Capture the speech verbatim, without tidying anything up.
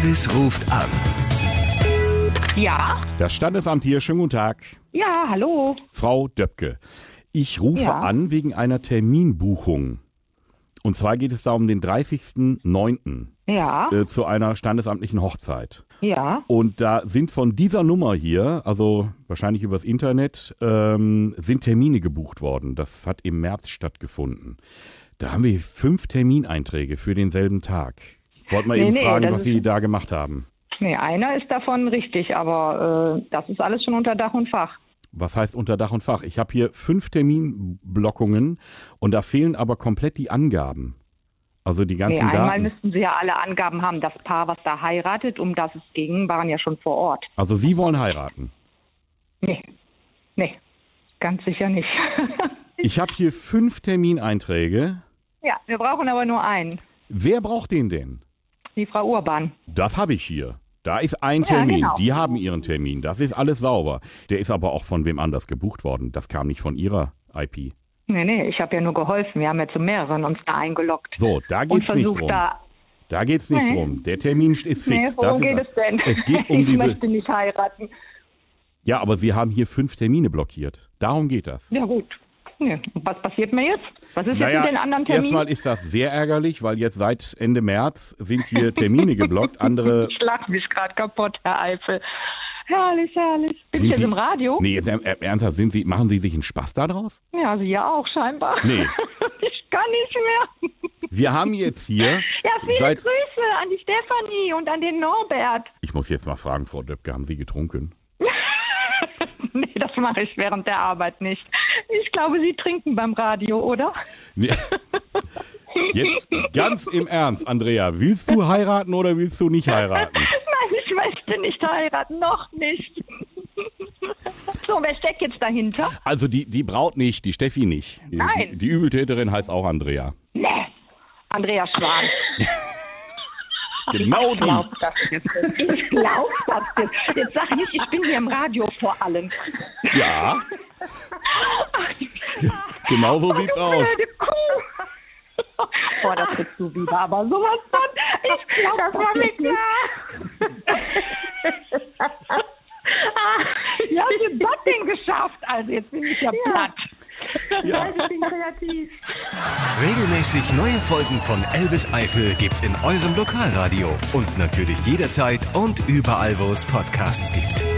Elvis ruft an. Ja? Das Standesamt hier, schönen guten Tag. Ja, hallo. Frau Döpke, ich rufe Ja. an wegen einer Terminbuchung. Und zwar geht es da um den dreißigsten neunten Ja, Äh, zu einer standesamtlichen Hochzeit. ja. Und da sind von dieser Nummer hier, also wahrscheinlich übers Internet, ähm, sind Termine gebucht worden. Das hat im März stattgefunden. Da haben wir fünf Termineinträge für denselben Tag. Ich wollte mal Nee, eben nee, fragen, das was ist- Sie da gemacht haben. Nee, einer ist davon richtig, aber äh, das ist alles schon unter Dach und Fach. Was heißt unter Dach und Fach? Ich habe hier fünf Terminblockungen und da fehlen aber komplett die Angaben. Also die Nee, ganzen einmal Daten. müssten Sie ja alle Angaben haben. Das Paar, was da heiratet, um das es ging, waren ja schon vor Ort. Also Sie wollen heiraten. Nee, nee, ganz sicher nicht. Ich habe hier fünf Termineinträge. Ja, wir brauchen aber nur einen. Wer braucht den denn? Die Frau Urban. Das habe ich hier. Da ist ein Ja, Termin. genau. Die haben ihren Termin. Das ist alles sauber. Der ist aber auch von wem anders gebucht worden. Das kam nicht von Ihrer I P. Nee, nee, ich habe ja nur geholfen. Wir haben ja zu mehreren uns da eingeloggt. So, da und geht's nicht versucht drum. da. Da geht's nicht Nee. drum. Der Termin ist fix. Nee, worum das geht ist, es denn? Es geht um ich diese. möchte nicht heiraten. Ja, aber Sie haben hier fünf Termine blockiert. Darum geht das. Ja, gut. Nee. Und was passiert mir jetzt? Was ist Naja, jetzt mit den anderen Terminen? erstmal ist das sehr ärgerlich, weil jetzt seit Ende März sind hier Termine geblockt. Andere. Ich lach mich gerade kaputt, Herr Eifel. Herrlich, herrlich. Bin Sind ich jetzt Sie- im Radio? Nee, jetzt er- ernsthaft, sind Sie, machen Sie sich einen Spaß daraus? Ja, Sie ja auch scheinbar. Nee. Ich kann nicht mehr. Wir haben jetzt hier Ja, viele seit. Grüße an die Stefanie und an den Norbert. Ich muss jetzt mal fragen, Frau Döpke, haben Sie getrunken? Nee, das mache ich während der Arbeit nicht. Ich glaube, Sie trinken beim Radio, oder? Nee. Jetzt ganz im Ernst, Andrea, willst du heiraten oder willst du nicht heiraten? Nein, ich möchte nicht heiraten, noch nicht. So, wer steckt jetzt dahinter? Also die, die Braut nicht, die Steffi nicht. Die, Nein. Die, die Übeltäterin heißt auch Andrea. Nee, Andrea Schwan. Genau Ich die. glaub das jetzt. Ich glaub das jetzt. Jetzt sag ich, ich bin hier im Radio vor allem. Ja, genau so sieht's aus. Blöde Kuh. Boah, das wird zu wieder, aber sowas von. Ich glaub, das war mir klar. Ja, die Botting geschafft. Also jetzt bin ich ja platt. Ja. Ich bin kreativ. Regelmäßig neue Folgen von Elvis Eifel gibt's in eurem Lokalradio und natürlich jederzeit und überall, wo es Podcasts gibt.